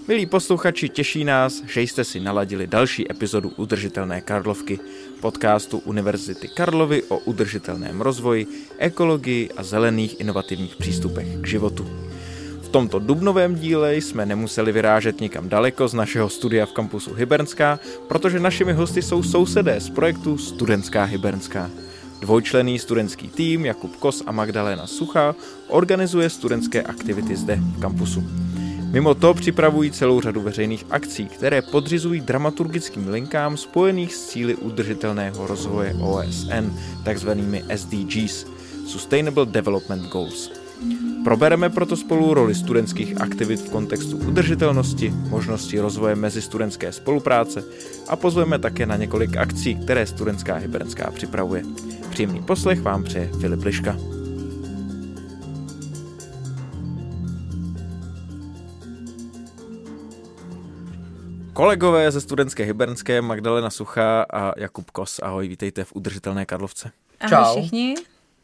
Milí posluchači, těší nás, že jste si naladili další epizodu Udržitelné Karlovky, podcastu Univerzity Karlovy o udržitelném rozvoji, ekologii a zelených inovativních přístupech k životu. V tomto dubnovém díle jsme nemuseli vyrážet nikam daleko z našeho studia v kampusu Hybernská, protože našimi hosty jsou sousedé z projektu Studentská Hybernská. Dvojčlenný studentský tým Jakub Kos a Magdalena Suchá organizuje studentské aktivity zde v kampusu. Mimo to připravují celou řadu veřejných akcí, které podřizují dramaturgickým linkám spojených s cíli udržitelného rozvoje OSN, takzvanými SDGs, Sustainable Development Goals. Probereme proto spolu roli studentských aktivit v kontextu udržitelnosti, možnosti rozvoje mezistudentské spolupráce a pozveme také na několik akcí, které Studentská Hybernská připravuje. Příjemný poslech vám přeje Filip Liška. Kolegové ze Studentské Hybernské, Magdalena Suchá a Jakub Kos, ahoj, vítejte v Udržitelné Karlovce. Ahoj. Čau. Všichni.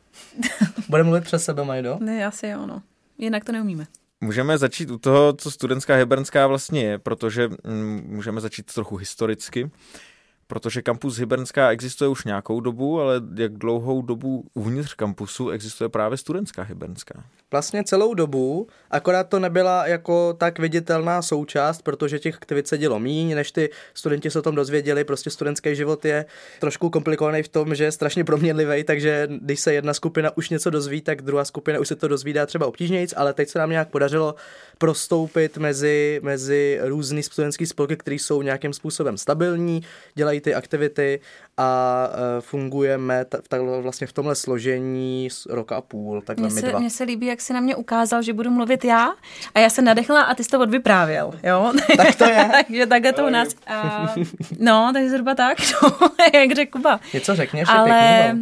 Budeme mluvit přes sebe, Majdo? Ne, asi jo, no. Jinak to neumíme. Můžeme začít u toho, co Studentská Hybernská vlastně je, protože můžeme začít trochu historicky, protože kampus Hybernská existuje už nějakou dobu, ale jak dlouhou dobu uvnitř kampusu existuje právě Studentská Hybernská? Vlastně celou dobu, akorát to nebyla jako tak viditelná součást, protože těch aktivit se dělo míň, než ty studenti se o tom dozvěděli. Prostě studentský život je trošku komplikovaný v tom, že je strašně proměnlivý, takže když se jedna skupina už něco dozví, tak druhá skupina už se to dozvídá třeba obtížnějc, ale teď se nám nějak podařilo prostoupit mezi různý studentský spolky, které jsou nějakým způsobem stabilní, dělají ty aktivity a fungujeme vlastně v tomhle složení roka a půl, takhle my dva. Mně se líbí, jak jsi na mě ukázal, že budu mluvit já a já se nadechla a ty jsi to odvyprávěl, jo? Tak to je. Takže takhle to u nás. No, takže zhruba tak, no, jak řekl Kuba. Něco řekněš, ale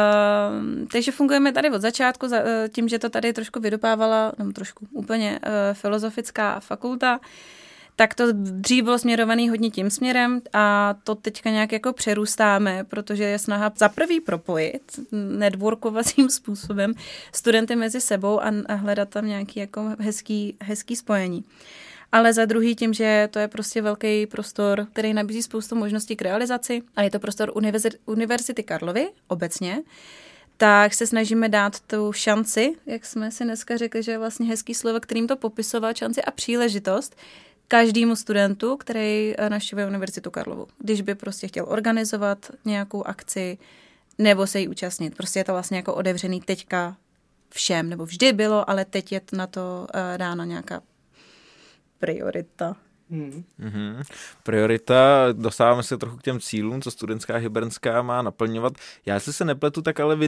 takže fungujeme tady od začátku, tím, že to tady trošku vydupávala, úplně filozofická fakulta, tak to dřív bylo směrovaný hodně tím směrem a to teďka nějak jako přerůstáme, protože je snaha za prvý propojit networkovacím způsobem studenty mezi sebou a hledat tam nějaký jako hezký spojení. Ale za druhý tím, že to je prostě velký prostor, který nabízí spoustu možností k realizaci a je to prostor Univerzity Karlovy obecně, tak se snažíme dát tu šanci, jak jsme si dneska řekli, že je vlastně hezký slovo, kterým to popisovat, šanci a příležitost každému studentu, který navštěvuje Univerzitu Karlovu. Když by prostě chtěl organizovat nějakou akci nebo se jí účastnit. Prostě je to vlastně jako otevřený teďka všem, nebo vždy bylo, ale teď je na to dána nějaká priorita. Mm-hmm. Priorita, dostáváme se trochu k těm cílům, co Studentská Hybernská má naplňovat. Já jestli se nepletu, tak ale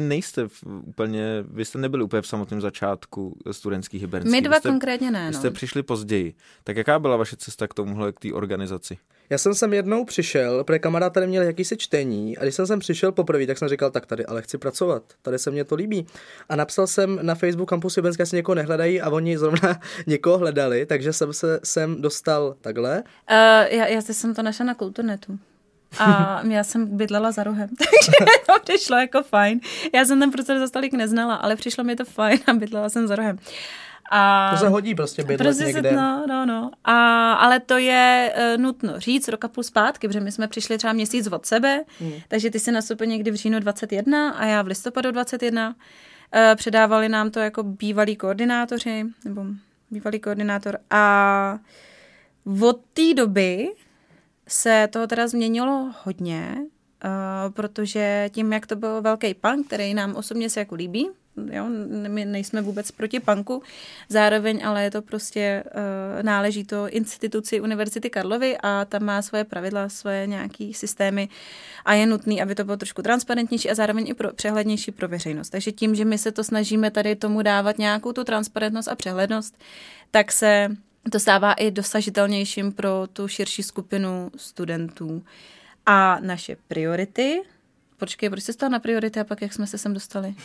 vy jste nebyli úplně v samotném začátku studentských Hybernských. My dva konkrétně ne, Vy jste přišli později. Tak jaká byla vaše cesta k tomuhle, k té organizaci? Já jsem sem jednou přišel, protože kamarád tady měl jakýsi čtení a když jsem sem přišel poprvé, tak jsem říkal, tak tady ale chci pracovat, tady se mně to líbí. A napsal jsem na Facebook Campus Hybernská, si někoho nehledají a oni zrovna někoho hledali, takže jsem se sem dostal takhle. Já jsem to našla na Kulturnetu. A já jsem bydlela za rohem, takže to přišlo jako fajn. Já jsem ten prostor za stolik neznala, ale přišlo mi to fajn a bydlela jsem za rohem. To se hodí prostě bydlet někde. No. Ale to je nutno říct rok a půl zpátky, protože my jsme přišli třeba měsíc od sebe, takže ty jsi nastoupil někdy v říjnu 21 a já v listopadu 21. Předávali nám to jako bývalí koordinátoři, nebo bývalý koordinátor a od té doby se toho teda změnilo hodně, protože tím, jak to byl velký punk, který nám osobně se jako líbí, jo, my nejsme vůbec proti punku, zároveň ale je to prostě, náleží to instituci Univerzity Karlovy a tam má svoje pravidla, svoje nějaký systémy a je nutný, aby to bylo trošku transparentnější a zároveň i přehlednější pro veřejnost. Takže tím, že my se to snažíme tady tomu dávat nějakou tu transparentnost a přehlednost, tak se to stává i dosažitelnějším pro tu širší skupinu studentů. A naše priority... Počkej, proč jsi stala na priority a pak jak jsme se sem dostali?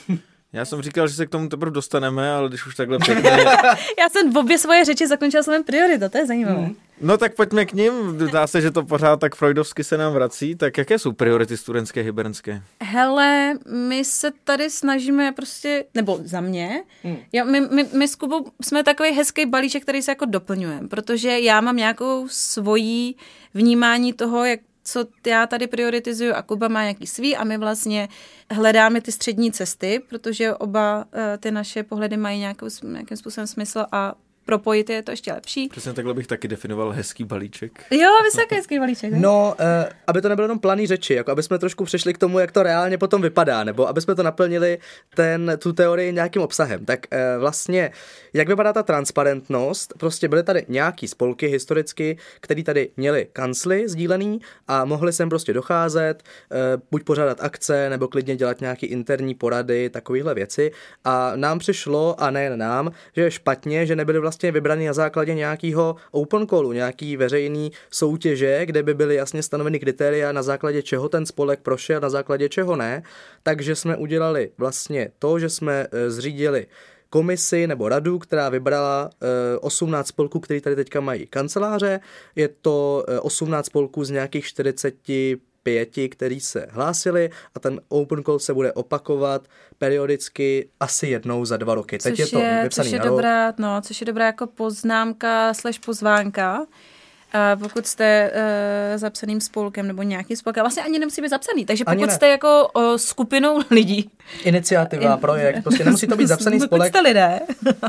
Já jsem říkal, že se k tomu teprve dostaneme, ale když už takhle pěkně... Já jsem v obě svoje řeči zakončila slovem priorita, to je zajímavé. No tak pojďme k ním, dá se, že to pořád tak freudovsky se nám vrací, tak jaké jsou priority studentské hybernské? Hele, my se tady snažíme prostě, nebo za mě, my s Kubou jsme takový hezký balíček, který se jako doplňujeme, protože já mám nějakou svojí vnímání toho, co já tady prioritizuju a Kuba má nějaký svý a my vlastně hledáme ty střední cesty, protože oba ty naše pohledy mají nějakým způsobem smysl a propojit je to ještě lepší. Přesně takhle bych taky definoval hezký balíček. Jo, vysoký hezký balíček. Ne? No, aby to nebylo jenom planý řeči, jako aby jsme trošku přešli k tomu, jak to reálně potom vypadá, nebo aby jsme to naplnili tu teorii nějakým obsahem. Tak vlastně, jak vypadá ta transparentnost, prostě byly tady nějaký spolky historicky, které tady měly kancly sdílený a mohli sem prostě docházet, buď pořádat akce, nebo klidně dělat nějaký interní porady, takovéhle věci. A nám přišlo, a nejen nám, že je špatně, že nebyly vlastně vybraný na základě nějakého open callu, nějaký veřejný soutěže, kde by byly jasně stanoveny kritéria, na základě čeho ten spolek prošel, na základě čeho ne. Takže jsme udělali vlastně to, že jsme zřídili komisi nebo radu, která vybrala 18 spolků, který tady teďka mají kanceláře. Je to 18 spolků z nějakých 45, který se hlásili a ten open call se bude opakovat periodicky asi jednou za 2 roky. Teď je to vypsaný na rok. Což je dobrá jako poznámka / pozvánka. Pokud jste zapsaným spolkem nebo nějakým spolkem, vlastně ani nemusí být zapsaný, takže pokud jste jako skupinou lidí. Iniciativa, projekt, prostě nemusí to být zapsaný spolek. Pokud jste lidé,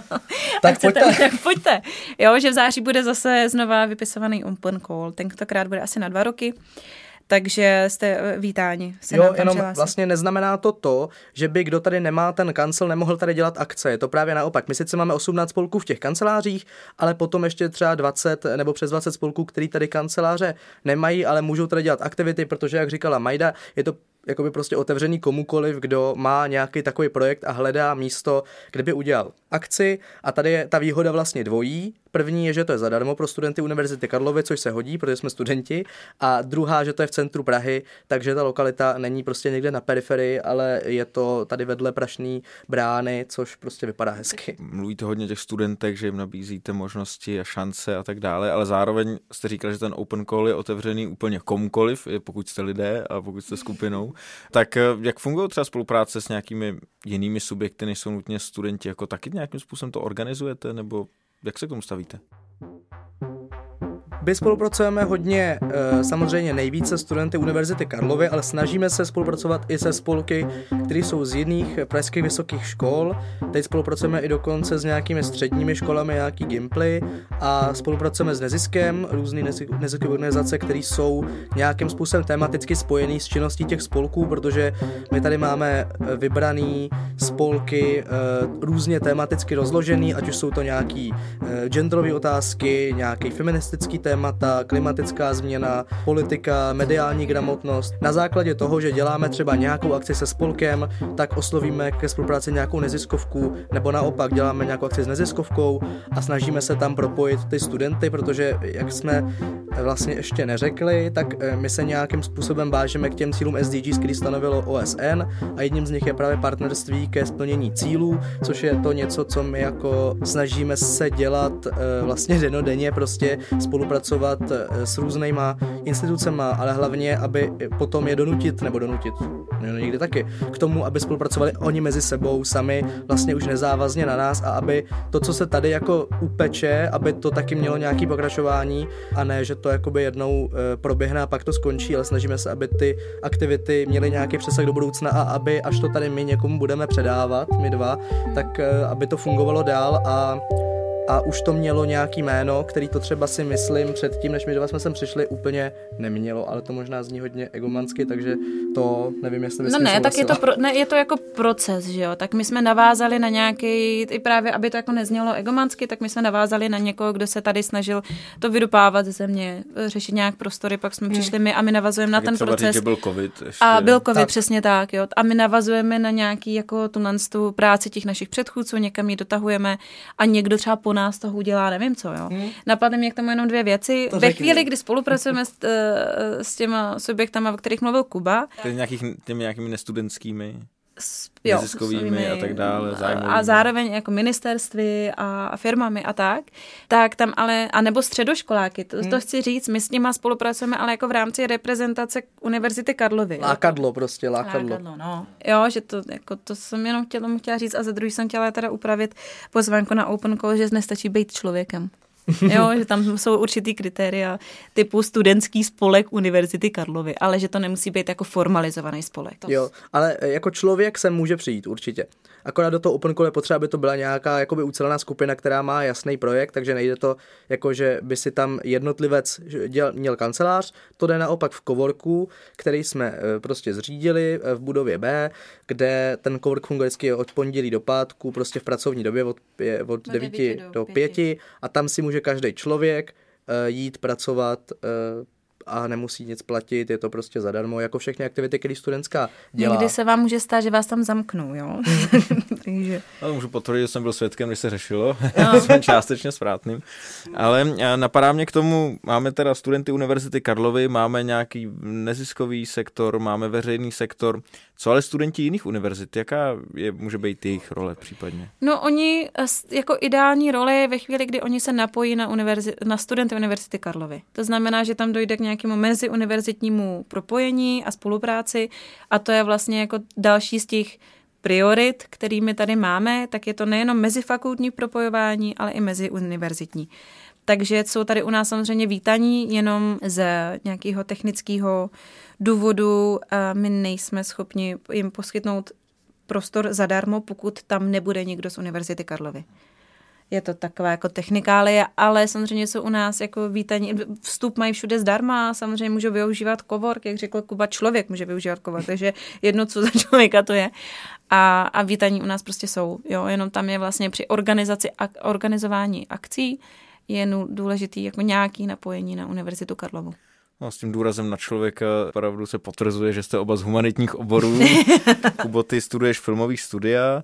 tak pojďte. Jo, že v září bude zase znova vypisovaný open call, tentokrát bude asi na 2 roky. Takže jste vítáni. Jo, jenom vlastně neznamená to, že by kdo tady nemá ten kancel, nemohl tady dělat akce. Je to právě naopak. My sice máme 18 spolků v těch kancelářích, ale potom ještě třeba 20 nebo přes 20 spolků, který tady kanceláře nemají, ale můžou tady dělat aktivity, protože, jak říkala Majda, je to jakoby prostě otevřený komukoliv, kdo má nějaký takový projekt a hledá místo, kde by udělal akci. A tady je ta výhoda vlastně dvojí. První je, že to je zadarmo pro studenty Univerzity Karlovy, což se hodí, protože jsme studenti. A druhá, že to je v centru Prahy, takže ta lokalita není prostě někde na periferii, ale je to tady vedle Prašné brány, což prostě vypadá hezky. Mluvíte hodně o těch studentech, že jim nabízíte možnosti a šance a tak dále, ale zároveň jste říkal, že ten open call je otevřený úplně komukoliv, pokud jste lidé a pokud jste skupinou. Tak jak fungují třeba spolupráce s nějakými jinými subjekty, než jsou nutně studenti, jako taky nějakým způsobem to organizujete, nebo jak se k tomu stavíte? My spolupracujeme hodně, samozřejmě nejvíce studenty Univerzity Karlovy, ale snažíme se spolupracovat i se spolky, které jsou z jiných pražských vysokých škol. Teď spolupracujeme i dokonce s nějakými středními školami, nějaký Gimply a spolupracujeme s neziskem, různý neziskové organizace, které jsou nějakým způsobem tematicky spojený s činností těch spolků, protože my tady máme vybraný spolky různě tematicky rozložený, ať už jsou to nějaký genderové otázky, nějaký feministický témata, klimatická změna, politika, mediální gramotnost. Na základě toho, že děláme třeba nějakou akci se spolkem, tak oslovíme ke spolupráci nějakou neziskovku, nebo naopak děláme nějakou akci s neziskovkou a snažíme se tam propojit ty studenty, protože jak jsme vlastně ještě neřekli, tak my se nějakým způsobem vážeme k těm cílům SDGs, který stanovilo OSN a jedním z nich je právě partnerství ke splnění cílů, což je to něco, co my jako snažíme se dělat vlastně dennodenně, prostě spolupracovat s různýma institucema, ale hlavně, aby potom je donutit, někdy taky, k tomu, aby spolupracovali oni mezi sebou sami, vlastně už nezávazně na nás a aby to, co se tady jako upeče, aby to taky mělo nějaký pokračování a ne, že to jakoby jednou proběhne a pak to skončí, ale snažíme se, aby ty aktivity měly nějaký přesah do budoucna a aby, až to tady my někomu budeme předávat, my dva, tak aby to fungovalo dál a už to mělo nějaký jméno, který to třeba si myslím předtím, než my dva jsme sem přišli, úplně nemělo, ale to možná zní hodně egomansky, takže to nevím, jestli bys tak je to jako proces, že jo, tak my jsme navázali na nějaký, i právě, aby to jako neznělo egomansky, tak my jsme navázali na někoho, kdo se tady snažil to vydupávat ze země, řešit nějak prostory, pak jsme přišli my a my navazujeme na ten proces. Říct, že byl covid ještě. A byl covid, tak. Přesně tak, jo, a my navazujeme na nějaký jako tu práci těch našich předchůdců, někam ji dotahujeme a někdo třeba po nás toho udělá, nevím co, jo. Napadly mě k tomu jenom 2 věci. Ve chvíli, kdy spolupracujeme s těma subjektama, o kterých mluvil Kuba. Těmi nějakými nestudentskými. neziskovými a tak dále, zájmovými. A zároveň jako ministerství a firmami a tak tam ale, a nebo středoškoláky, to chci říct, my s nima spolupracujeme, ale jako v rámci reprezentace Univerzity Karlovy. Lákadlo. No. Jo, že to jsem jenom chtěla říct a za druhý jsem chtěla teda upravit pozvánku na Open Call, že nestačí být člověkem. Jo, že tam jsou určitý kritéria typu studentský spolek Univerzity Karlovy, ale že to nemusí být jako formalizovaný spolek. Jo, ale jako člověk sem může přijít určitě. Akorát do toho Open Call je potřeba, aby to byla nějaká jakoby ucelená skupina, která má jasný projekt, takže nejde to jako, že by si tam jednotlivec měl kancelář, to jde naopak v coworku, který jsme prostě zřídili v budově B, kde ten cowork funguje vždycky od pondělí do pátku, prostě v pracovní době od 9 do 5 a tam si může každý člověk jít pracovat a nemusí nic platit, je to prostě zadarmo, jako všechny aktivity, které studentská dělá. Někdy se vám může stát, že vás tam zamknou, jo? Takže... Ale můžu potvrdit, že jsem byl svědkem, když se řešilo, jsme částečně správným. Ale napadá mě k tomu, máme teda studenty Univerzity Karlovy, máme nějaký neziskový sektor, máme veřejný sektor, co ale studenti jiných univerzit, jaká může být jejich role případně? No oni jako ideální role je ve chvíli, kdy oni se napojí na studenty Univerzity Karlovy. To znamená, že tam dojde k nějakému meziuniverzitnímu propojení a spolupráci a to je vlastně jako další z těch priorit, kterými tady máme, tak je to nejenom mezifakultní propojování, ale i meziuniverzitní. Takže jsou tady u nás samozřejmě vítaní jenom z nějakého technického důvodu. My nejsme schopni jim poskytnout prostor zadarmo, pokud tam nebude někdo z Univerzity Karlovy. Je to taková jako technikálie, ale samozřejmě jsou u nás jako vítaní. Vstup mají všude zdarma, samozřejmě můžou využívat cowork, jak řekl Kuba, člověk může využívat cowork, takže jedno, co za člověka to je. A vítaní u nás prostě jsou. Jo, jenom tam je vlastně při organizování akcí je důležitý jako nějaký napojení na Univerzitu Karlovu. No, s tím důrazem na člověka opravdu se potvrzuje, že jste oba z humanitních oborů. Kubo, ty studuješ filmový studia.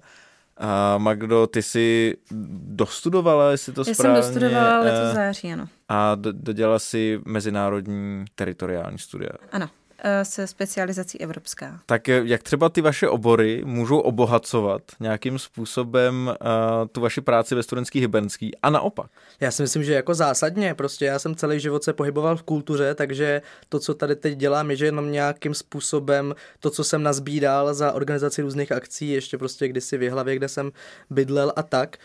A Magdo, ty jsi dostudovala, jestli to správně? Já jsem dostudovala letos září, ano. A dodělala si mezinárodní teritoriální studia. Ano, se specializací evropská. Tak jak třeba ty vaše obory můžou obohacovat nějakým způsobem tu vaši práci ve studentský hybernský a naopak? Já si myslím, že jako zásadně, prostě já jsem celý život se pohyboval v kultuře, takže to, co tady teď dělám, je, že jenom nějakým způsobem to, co jsem nazbíral za organizaci různých akcí, ještě prostě kdysi v Jihlavě, kde jsem bydlel a tak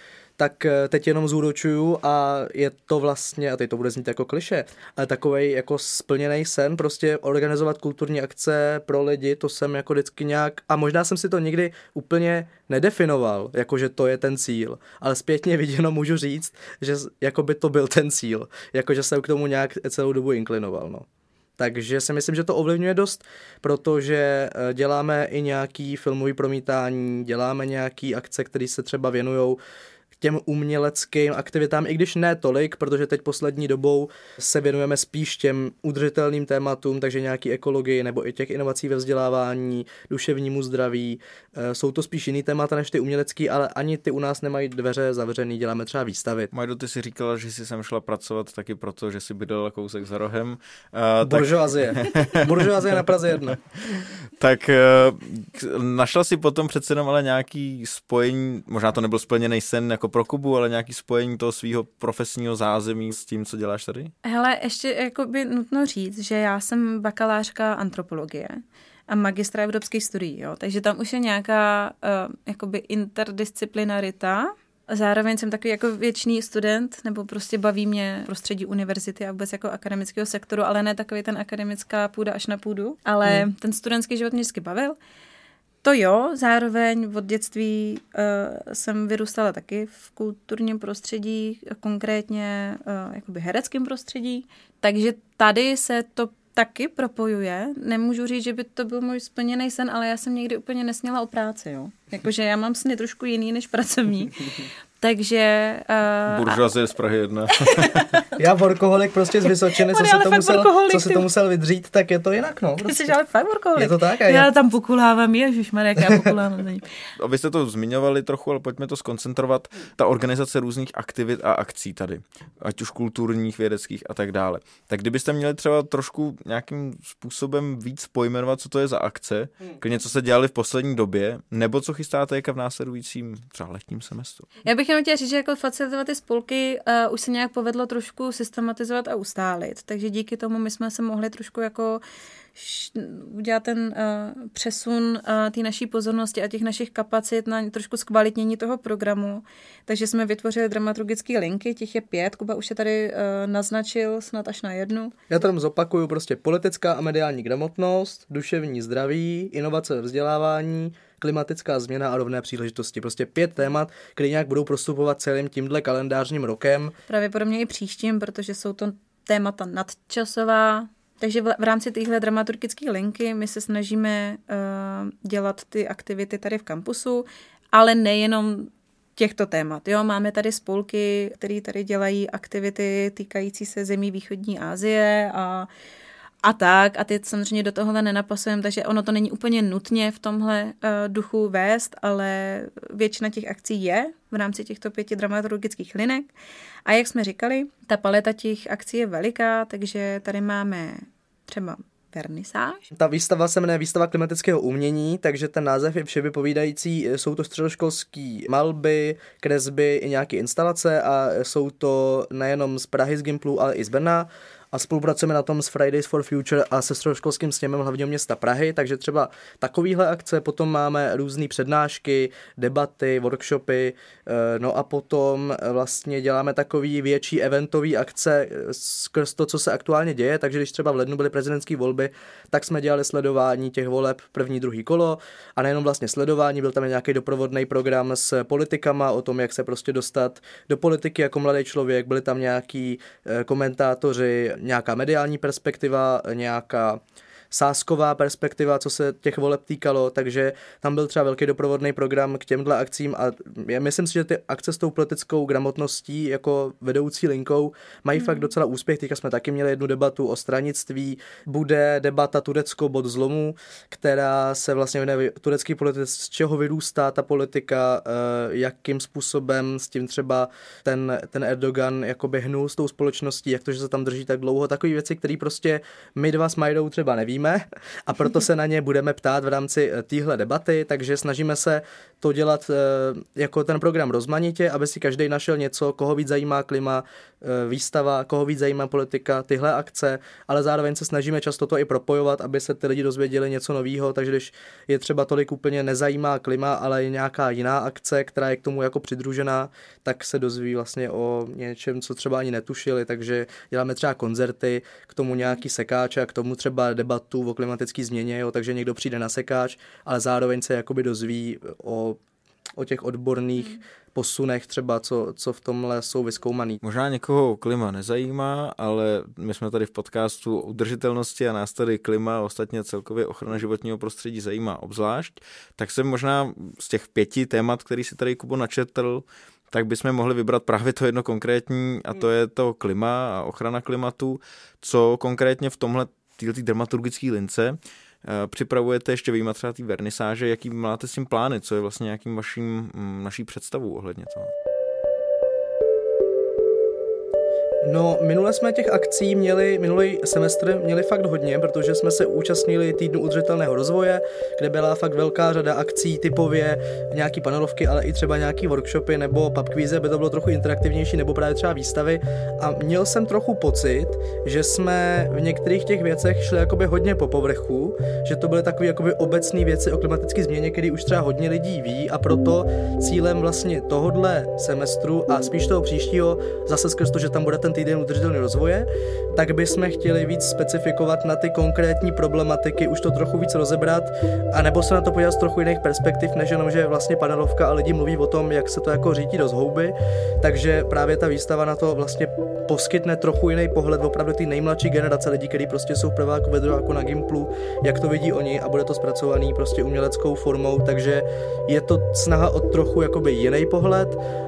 teď jenom zúročuju a je to vlastně, a teď to bude znít jako klišé, ale takovej jako splněný sen, prostě organizovat kulturní akce pro lidi, to jsem jako vždycky nějak, a možná jsem si to nikdy úplně nedefinoval, jakože to je ten cíl, ale zpětně viděno můžu říct, že jako by to byl ten cíl, jakože jsem k tomu nějak celou dobu inklinoval, no. Takže si myslím, že to ovlivňuje dost, protože děláme i nějaký filmový promítání, děláme nějaký akce, které se třeba věnujou těm uměleckým aktivitám, i když ne tolik, protože teď poslední dobou se věnujeme spíš těm udržitelným tématům, takže nějaký ekologii nebo i těch inovací ve vzdělávání, duševnímu zdraví. Jsou to spíš jiný témata než ty umělecký, ale ani ty u nás nemají dveře zavřený, děláme třeba výstavy. Majdo, ty si říkala, že jsi sem šla pracovat taky proto, že jsi bydlela kousek za rohem. Buržoazie. Buržoazie na Praze 1. Tak našla si potom přece jenom ale nějaký spojení, možná to nebyl splněný sen jako pro Kubu, ale nějaký spojení toho svého profesního zázemí s tím, co děláš tady? Hele, ještě jako by nutno říct, že já jsem bakalářka antropologie a magistra evropských studií, jo, takže tam už je nějaká jakoby interdisciplinarita. Zároveň jsem takový jako věčný student, nebo prostě baví mě prostředí univerzity a vůbec jako akademického sektoru, ale ne takový ten akademická půda až na půdu, ale ten studentský život mě vždycky bavil. To jo, zároveň od dětství jsem vyrůstala taky v kulturním prostředí, konkrétně jakoby hereckém prostředí, takže tady se to taky propojuje. Nemůžu říct, že by to byl můj splněný sen, ale já jsem nikdy úplně nesněla o práci, jo. Jakože já mám sny trošku jiný než pracovní. Takže... Buržoazie z Prahy 1. Já workoholik prostě z Vysočiny, co si to musel vydřít, tak je to jinak, no. Prostě. Ty jsi ale fakt workoholik. Je to tak? Já tam pokulávám, ježišmarja, jak já pokulávám za ním. Vy jste to zmiňovali trochu, ale pojďme to zkoncentrovat. Ta organizace různých aktivit a akcí tady, ať už kulturních, vědeckých a tak dále. Tak kdybyste měli třeba trošku nějakým způsobem víc pojmenovat, co to je za akce, klidně co se dělali v poslední době, nebo co chystáte jako v následujícím třeba letním semestru. Já bych jenom chtěla říct, že jako facilitovat ty spolky už se nějak povedlo trošku systematizovat a ustálit, takže díky tomu my jsme se mohli trošku jako udělat ten přesun té naší pozornosti a těch našich kapacit na trošku zkvalitnění toho programu. Takže jsme vytvořili dramaturgické linky, těch je 5, Kuba už je tady naznačil snad až na 1. Já tam zopakuju prostě politická a mediální gramotnost, duševní zdraví, inovace ve vzdělávání, klimatická změna a rovné příležitosti. Prostě 5 témat, které nějak budou prostupovat celým tímhle kalendářním rokem. Pravděpodobně i příštím, protože jsou to témata nadčasová. Takže v rámci téhle dramaturgické linky my se snažíme dělat ty aktivity tady v kampusu, ale nejenom těchto témat. Jo, máme tady spolky, které tady dělají aktivity týkající se zemí východní Asie a tak. A ty samozřejmě do tohohle nenapasujeme, takže ono to není úplně nutně v tomhle duchu vést, ale většina těch akcí je v rámci těchto 5 dramaturgických linek. A jak jsme říkali, ta paleta těch akcí je veliká, takže tady máme třeba vernisáž. Ta výstava se jmenuje Výstava klimatického umění, takže ten název je vševypovídající. Jsou to středoškolské malby, kresby i nějaké instalace a jsou to nejenom z Prahy, z Gimplu, ale i z Brna. A spolupracujeme na tom s Fridays for Future a se středoškolským sněmem hlavního města Prahy, takže třeba takovýhle akce, potom máme různé přednášky, debaty, workshopy, no a potom vlastně děláme takový větší eventový akce skrz to, co se aktuálně děje, takže když třeba v lednu byly prezidentské volby, tak jsme dělali sledování těch voleb první, druhý kolo a nejenom vlastně sledování, byl tam nějaký doprovodný program s politikama o tom, jak se prostě dostat do politiky jako mladý člověk, byli tam nějaký komentátoři, nějaká mediální perspektiva, nějaká sázková perspektiva, co se těch voleb týkalo, takže tam byl třeba velký doprovodný program k těmhle akcím a já myslím si, že ty akce s tou politickou gramotností jako vedoucí linkou mají fakt docela úspěch. Teďka jsme taky měli jednu debatu o stranictví, bude debata Turecko bod zlomu, která se vlastně věnuje turecký politice, z čeho vyrůstá ta politika, jakým způsobem s tím třeba ten Erdogan jakoby hnul s tou společností, jak to, že se tam drží tak dlouho, takové věci, které prostě my dva s Majdou třeba nevíme a proto se na ně budeme ptát v rámci téhle debaty, takže snažíme se to dělat jako ten program rozmanitě, aby si každý našel něco, koho víc zajímá klima, výstava, koho víc zajímá politika, tyhle akce, ale zároveň se snažíme často to i propojovat, aby se ty lidi dozvěděli něco nového, takže když je třeba tolik úplně nezajímá klima, ale je nějaká jiná akce, která je k tomu jako přidružená, tak se dozví vlastně o něčem, co třeba ani netušili, takže děláme třeba koncerty, k tomu nějaký sekáč a k tomu třeba debatu o klimatické změně, jo, takže někdo přijde na sekáč, ale zároveň se jakoby dozví o těch odborných posunech třeba, co v tomhle jsou vyzkoumaný. Možná někoho klima nezajímá, ale my jsme tady v podcastu o udržitelnosti a nás tady klima a ostatně celkově ochrana životního prostředí zajímá obzvlášť, tak se možná z těch 5 témat, který si tady Kubo načetl, tak bychom mohli vybrat právě to jedno konkrétní a to je to klima a ochrana klimatu, co konkrétně v tomhle této dramaturgické lince připravujete ještě vyjma třeba té vernisáže, jaký máte s tím plány, co je vlastně nějakým naší představou ohledně toho? No, minule jsme těch akcí minulý semestr měli fakt hodně, protože jsme se účastnili týdnu udržitelného rozvoje, kde byla fakt velká řada akcí, typově nějaký panelovky, ale i třeba nějaký workshopy nebo pub quizy, aby to bylo trochu interaktivnější, nebo právě třeba výstavy. A měl jsem trochu pocit, že jsme v některých těch věcech šli jakoby hodně po povrchu, že to byly takové jakoby obecné věci o klimatické změně, které už třeba hodně lidí ví, a proto cílem vlastně tohodle semestru a spíš toho příštího, zase skrz to, že tam bude ten týden udržitelného rozvoje, tak bychom chtěli víc specifikovat na ty konkrétní problematiky, už to trochu víc rozebrat, a nebo se na to podívat z trochu jiných perspektiv, než jenom, že je vlastně panelovka a lidi mluví o tom, jak se to jako řítí do zhouby, takže právě ta výstava na to vlastně poskytne trochu jiný pohled opravdu ty nejmladší generace lidí, kteří prostě jsou v prváku, ve druháku na Gimplu, jak to vidí oni, a bude to zpracovaný prostě uměleckou formou, takže je to snaha o trochu jakoby jiný pohled,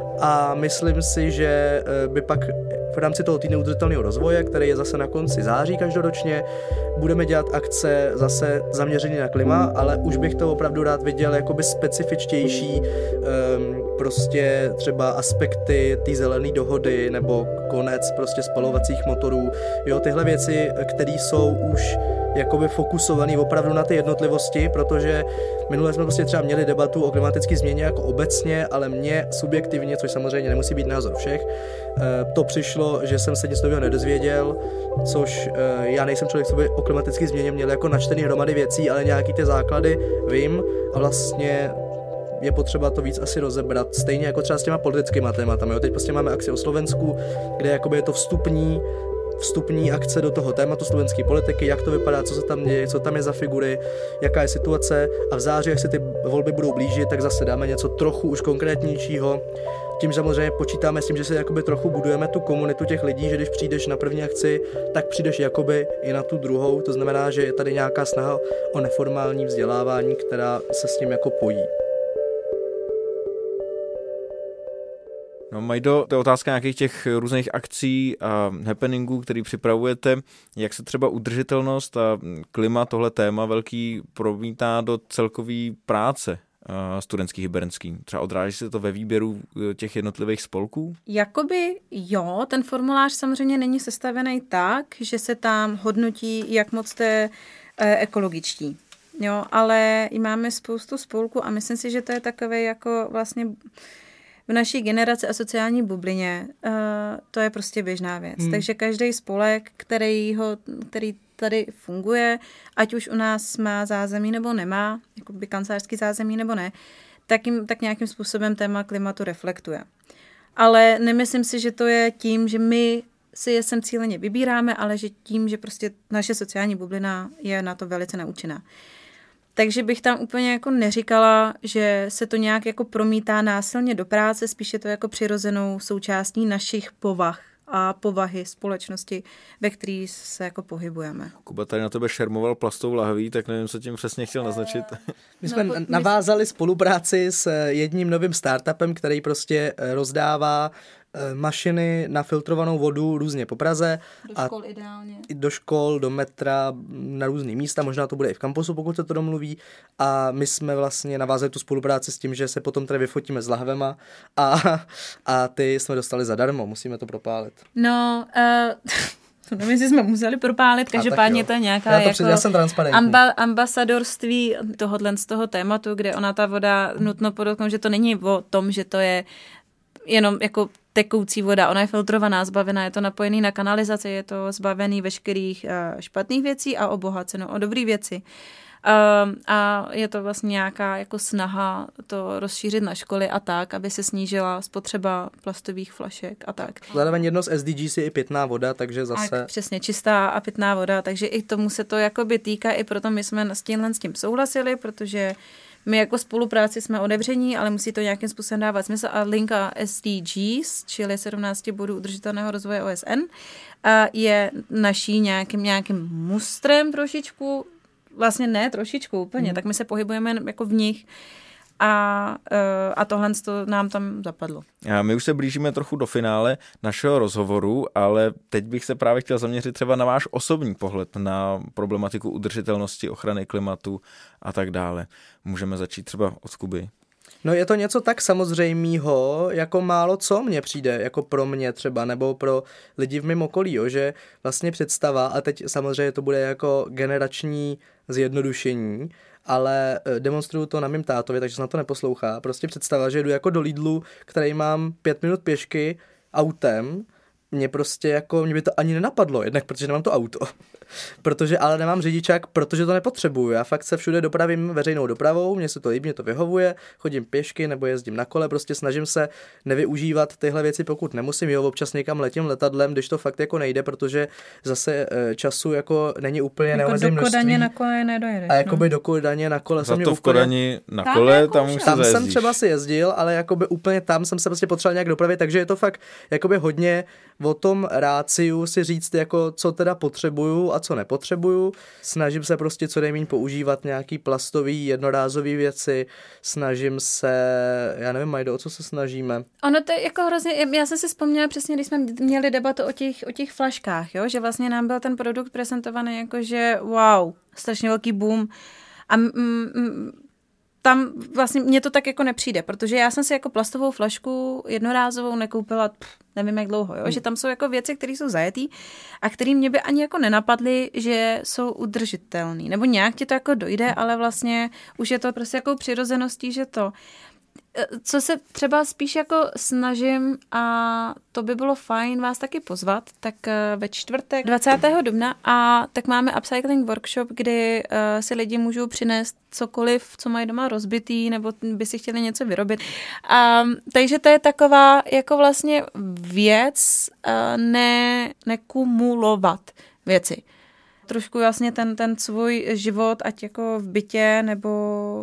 A myslím si, že by pak v rámci toho týdne udržitelného rozvoje, který je zase na konci září každoročně, budeme dělat akce zase zaměřené na klima, ale už bych to opravdu rád viděl jakoby specifičtější, prostě třeba aspekty té zelené dohody nebo konec prostě spalovacích motorů. Jo, tyhle věci, které jsou už jakoby fokusovaný opravdu na ty jednotlivosti, protože minule jsme prostě třeba měli debatu o klimatické změně jako obecně, ale mně subjektivně, což samozřejmě nemusí být názor všech, to přišlo, že jsem se nic nového nedozvěděl, což já nejsem člověk, co by o klimatické změně měl jako načtený hromady věcí, ale nějaký ty základy vím a vlastně je potřeba to víc asi rozebrat, stejně jako třeba s těma politickýma tématami. Jo, teď prostě máme akci o Slovensku, kde jakoby je to vstupní akce do toho tématu slovenské politiky, jak to vypadá, co se tam děje, co tam je za figury, jaká je situace a v září, až se ty volby budou blížit, tak zase dáme něco trochu už konkrétnějšího. Tím samozřejmě počítáme s tím, že si jakoby trochu budujeme tu komunitu těch lidí, že když přijdeš na první akci, tak přijdeš jakoby i na tu druhou, to znamená, že je tady nějaká snaha o neformální vzdělávání, která se s tím jako pojí. No, Majdo, to je otázka nějakých těch různých akcí a happeningů, který připravujete. Jak se třeba udržitelnost a klima, tohle téma velký, promítá do celkové práce studentských hybernských? Třeba odráží se to ve výběru těch jednotlivých spolků? Jakoby jo, ten formulář samozřejmě není sestavený tak, že se tam hodnotí, jak moc jste ekologičtí. Jo, ale máme spoustu spolků a myslím si, že to je takové jako vlastně v naší generaci a sociální bublině to je prostě běžná věc. Takže každý spolek, který tady funguje, ať už u nás má zázemí nebo nemá, jako by kancelářský zázemí nebo ne, tak nějakým způsobem téma klimatu reflektuje. Ale nemyslím si, že to je tím, že my si je sem cíleně vybíráme, ale že tím, že prostě naše sociální bublina je na to velice naučená. Takže bych tam úplně jako neříkala, že se to nějak jako promítá násilně do práce, spíše to jako přirozenou součástí našich povah a povahy společnosti, ve které se jako pohybujeme. Kuba tady na tebe šermoval plastovou lahví, tak nevím, co tím přesně chtěl naznačit. My jsme navázali spolupráci s jedním novým startupem, který prostě rozdává mašiny na filtrovanou vodu různě po Praze. Do škol ideálně. Do škol, do metra, na různý místa, možná to bude i v kampusu, pokud se to domluví. A my jsme vlastně navázali tu spolupráci s tím, že se potom tady vyfotíme s lahvema a ty jsme dostali zadarmo, musíme to propálit. No, nevím, jestli jsme museli propálit, každopádně to je nějaká já jsem transparentní. Ambasadorství tohodle z toho tématu, kde ona ta voda, nutno podotknout, že to není o tom, že to je jenom jako tekoucí voda, ona je filtrovaná, zbavená, je to napojený na kanalizaci, je to zbavený veškerých špatných věcí a obohaceno o dobrý věci. A je to vlastně nějaká jako snaha to rozšířit na školy a tak, aby se snížila spotřeba plastových flašek a tak. Zároveň jedno z SDGs je i pitná voda, takže zase... A přesně, čistá a pitná voda, takže i tomu se to jakoby týká, i proto my jsme s tím souhlasili, protože my jako spolupráci jsme otevření, ale musí to nějakým způsobem dávat smysl a linka SDGs, čili 17 bodů udržitelného rozvoje OSN, je naší nějakým mustrem trošičku, vlastně ne trošičku úplně, tak my se pohybujeme jako v nich a tohle nám tam zapadlo. A my už se blížíme trochu do finále našeho rozhovoru, ale teď bych se právě chtěl zaměřit třeba na váš osobní pohled na problematiku udržitelnosti, ochrany klimatu a tak dále. Můžeme začít třeba od Kuby. No je to něco tak samozřejmého, jako málo co mně přijde, jako pro mě třeba, nebo pro lidi v mém okolí, jo, že vlastně představa, a teď samozřejmě to bude jako generační zjednodušení, ale demonstruju to na mým tátovi, takže se na to neposlouchá. Prostě představa, že jdu jako do Lidlu, který mám 5 minut pěšky autem, mě by to ani nenapadlo, jednak protože nemám to auto. Ale nemám řidičák, protože to nepotřebuju. Já fakt se všude dopravím veřejnou dopravou, mně se to líbí, mě to vyhovuje, chodím pěšky nebo jezdím na kole, prostě snažím se nevyužívat tyhle věci, pokud nemusím. Jo, občas někam letím letadlem, když to fakt jako nejde, protože zase času jako není úplně neomezené množství. Do Kodaně na kole nedojedeš. A jakoby do Kodaně na kole jsem v Kodani na kole, tam už se tam jsem třeba si jezdil, ale jakoby úplně tam jsem se prostě potřeboval nějak dopravit, takže je to fakt jakoby hodně o tom ráciu si říct, jako co teda potřebuju a a co nepotřebuju. Snažím se prostě co nejméně používat nějaký plastový, jednorázový věci. Snažím se, já nevím, Majdo, o co se snažíme? Ono to je jako hrozně, já jsem si vzpomněla přesně, když jsme měli debatu o těch flaškách, jo? Že vlastně nám byl ten produkt prezentovaný jako, že wow, strašně velký boom. A tam vlastně mně to tak jako nepřijde, protože já jsem si jako plastovou flašku jednorázovou nekoupila nevím jak dlouho, jo? Že tam jsou jako věci, které jsou zajetý a které mě by ani jako nenapadly, že jsou udržitelné. Nebo nějak ti to jako dojde, ale vlastně už je to prostě jako přirozeností, že to. Co se třeba spíš jako snažím, a to by bylo fajn vás taky pozvat, tak ve čtvrtek 20. dubna a tak máme upcycling workshop, kdy si lidi můžou přinést cokoliv, co mají doma rozbitý, nebo by si chtěli něco vyrobit. Takže to je taková jako vlastně věc nekumulovat věci. Trošku vlastně ten svůj život, ať jako v bytě nebo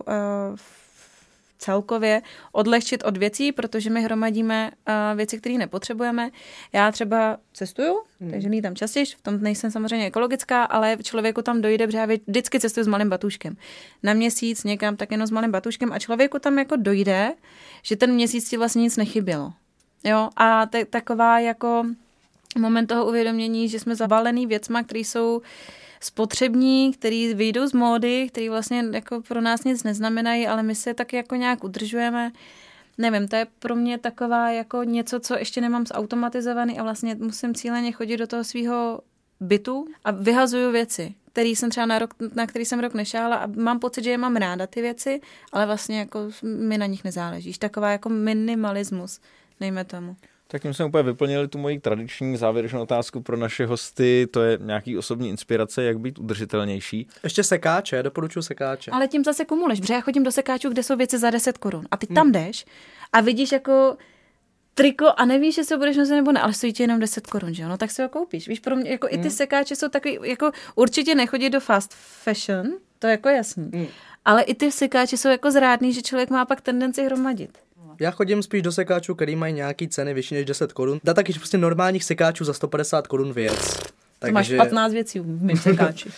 celkově odlehčit od věcí, protože my hromadíme věci, které nepotřebujeme. Já třeba cestuju, takže lítám častěji, v tom nejsem samozřejmě ekologická, ale člověku tam dojde, protože já vždycky cestuju s malým batůžkem. Na měsíc někam tak jenom s malým batůžkem a člověku tam jako dojde, že ten měsíc ti vlastně nic nechybělo. Jo? A taková jako moment toho uvědomění, že jsme zavalený věcma, které jsou spotřební, který vyjdou z módy, který vlastně jako pro nás nic neznamenají, ale my se taky jako nějak udržujeme. Nevím, to je pro mě taková jako něco, co ještě nemám zautomatizovaný a vlastně musím cíleně chodit do toho svého bytu a vyhazuju věci, který jsem třeba na který jsem rok nešála a mám pocit, že je mám ráda ty věci, ale vlastně jako mi na nich nezáleží. Taková jako minimalismus, dejme tomu. Tak tím jsme úplně vyplnili tu moji tradiční závěrečnou otázku pro naše hosty. To je nějaký osobní inspirace, jak být udržitelnější. Ještě sekáče, doporučuji sekáče. Ale tím zase kumuluješ, protože já chodím do sekáčů, kde jsou věci za 10 korun. A ty tam jdeš a vidíš jako triko a nevíš, jestli ho budeš nosit nebo ne, ale stojí ti jenom 10 korun, že jo? No tak si ho koupíš. Víš, pro mě jako i ty sekáče jsou takový, jako určitě nechodí do fast fashion, to je jako jasný. Ale i ty sekáče jsou jako zrádný, že člověk má pak tendenci hromadit. Já chodím spíš do sekáčů, který mají nějaký ceny vyšší než 10 korun. Dá taky prostě normálních sekáčů za 150 korun věc. Takže máš 15 věcí v mém sekáči.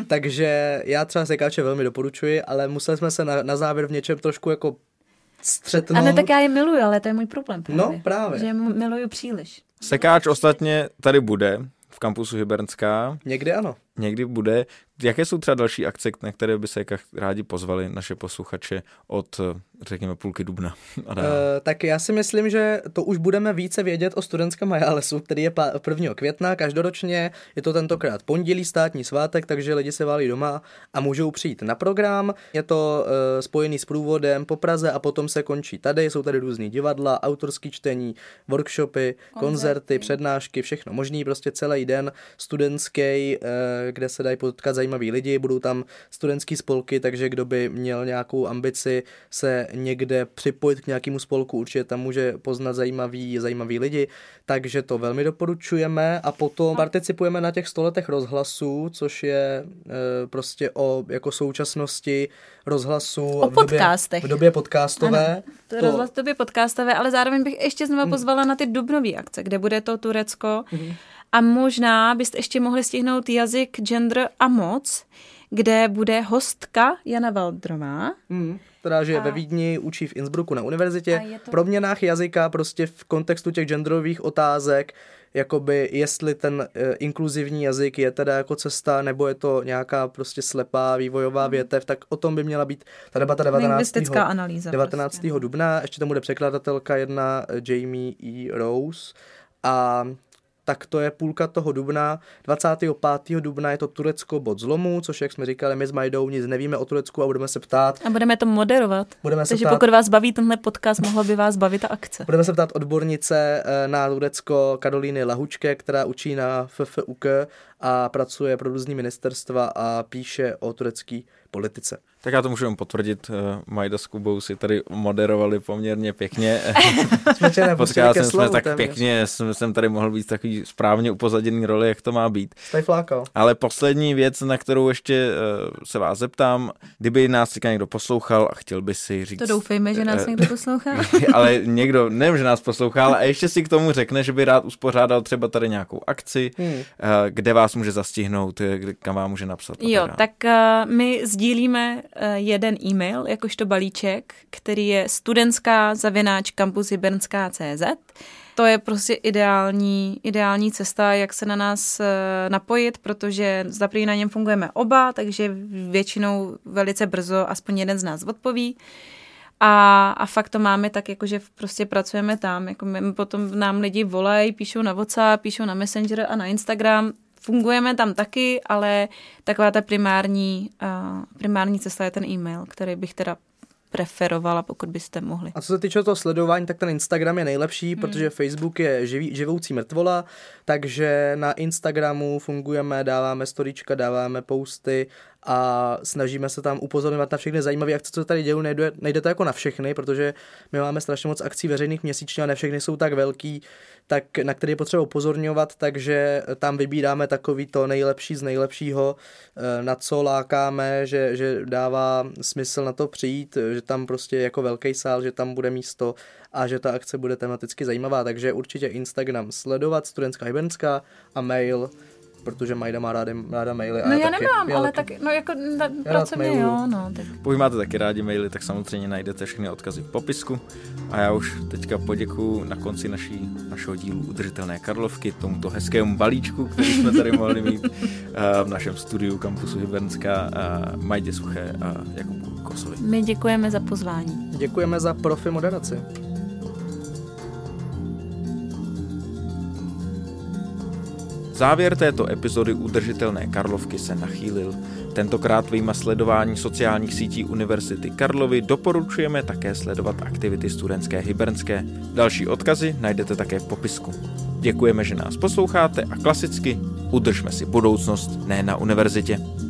Takže já třeba sekáče velmi doporučuji, ale museli jsme se na závěr v něčem trošku jako střetnout. A ne, tak já je miluju, ale to je můj problém právě. No právě. Že je miluju příliš. Sekáč ostatně tady bude v kampusu Hybernská. Někdy ano. Někdy bude. Jaké jsou třeba další akce, na které by se rádi pozvali naše posluchače od, řekněme, půlky dubna? Tak já si myslím, že to už budeme více vědět o studentském Majálesu, který je 1. května. Každoročně je to tentokrát pondělí, státní svátek, takže lidi se válí doma a můžou přijít na program. Je to spojený s průvodem po Praze a potom se končí tady. Jsou tady různý divadla, autorský čtení, workshopy, koncerty, přednášky, všechno možný, prostě celý den studentský, kde se dají potkat zajímaví lidi, budou tam studentský spolky, takže kdo by měl nějakou ambici se někde připojit k nějakému spolku, určitě tam může poznat zajímavý lidi, takže to velmi doporučujeme a potom participujeme na těch 100 letech rozhlasu, což je prostě o jako současnosti rozhlasu o podcastech. V době podcastové. Ano, to rozhlas v době podcastové, ale zároveň bych ještě znovu pozvala na ty dubnové akce, kde bude to Turecko. A možná byste ještě mohli stihnout jazyk, gender a moc, kde bude hostka Jana Valdrová. Která žije ve Vídni, učí v Innsbrucku na univerzitě. V proměnách jazyka prostě v kontextu těch genderových otázek, jakoby jestli ten inkluzivní jazyk je teda jako cesta, nebo je to nějaká prostě slepá vývojová větev, tak o tom by měla být ta debata 19. dubna. Ještě tam bude překladatelka jedna Jamie E. Rose a tak to je půlka toho dubna. 25. dubna je to Turecko bod zlomu, což jak jsme říkali, my s Majdou nic nevíme o Turecku a budeme se ptát. A budeme to moderovat. Takže pokud vás baví tenhle podcast, mohla by vás bavit ta akce. Budeme se ptát odbornice na Turecko Karolíny Lahučke, která učí na FFUK a pracuje pro různý ministerstva a píše o turecké politice. Tak já to můžu potvrdit, Majda s Kubou si tady moderovali poměrně pěkně. Potkal jsem se tak pěkně, jsem tady mohl být takový správně upozaděný roli, jak to má být. Jste flákal. Ale poslední věc, na kterou ještě se vás zeptám, kdyby nás teďka někdo poslouchal a chtěl by si říct... To doufejme, že nás někdo poslouchá. Ale někdo, nevím, že nás poslouchá, a ještě si k tomu řekne, že by rád uspořádal třeba tady nějakou akci, kde vás může zastihnout, kam vám může napsat. Jo, tak my sdílíme jeden e-mail, jakožto balíček, který je studentská@campushybernská.cz. To je prostě ideální cesta, jak se na nás napojit, protože zaprvé na něm fungujeme oba, takže většinou velice brzo aspoň jeden z nás odpoví. A fakt to máme tak, jakože prostě pracujeme tam. Jako my potom nám lidi volají, píšou na WhatsApp, píšou na Messenger a na Instagram. Fungujeme tam taky, ale taková ta primární cesta je ten e-mail, který bych teda preferovala, pokud byste mohli. A co se týče toho sledování, tak ten Instagram je nejlepší, protože Facebook je živoucí mrtvola, takže na Instagramu fungujeme, dáváme storíčka, dáváme posty a snažíme se tam upozorňovat na všechny zajímavé akce, co tady dělou. Nejde to jako na všechny, protože my máme strašně moc akcí veřejných měsíčně a ne všechny jsou tak velký, tak na který je potřeba upozorňovat, takže tam vybíráme takový to nejlepší z nejlepšího, na co lákáme, že dává smysl na to přijít, že tam prostě jako velký sál, že tam bude místo a že ta akce bude tematicky zajímavá, takže určitě Instagram sledovat, Studentská hybernská, a mail, protože Majda má ráda maily. No já nemám, ale tak, no jako pracovně jo, no. Tak. Pokud máte taky rádi maily, tak samozřejmě najdete všechny odkazy v popisku a já už teďka poděkuju na konci našeho dílu Udržitelné Karlovky tomuto hezkému balíčku, který jsme tady mohli mít v našem studiu Kampusu Hybernská, Majdě Suché a Jakubu Kosovi. My děkujeme za pozvání. Děkujeme za profi moderaci. Závěr této epizody Udržitelné Karlovky se nachýlil. Tentokrát vyjma sledování sociálních sítí Univerzity Karlovy doporučujeme také sledovat aktivity Studentské hybernské. Další odkazy najdete také v popisku. Děkujeme, že nás posloucháte a klasicky udržme si budoucnost ne na univerzitě.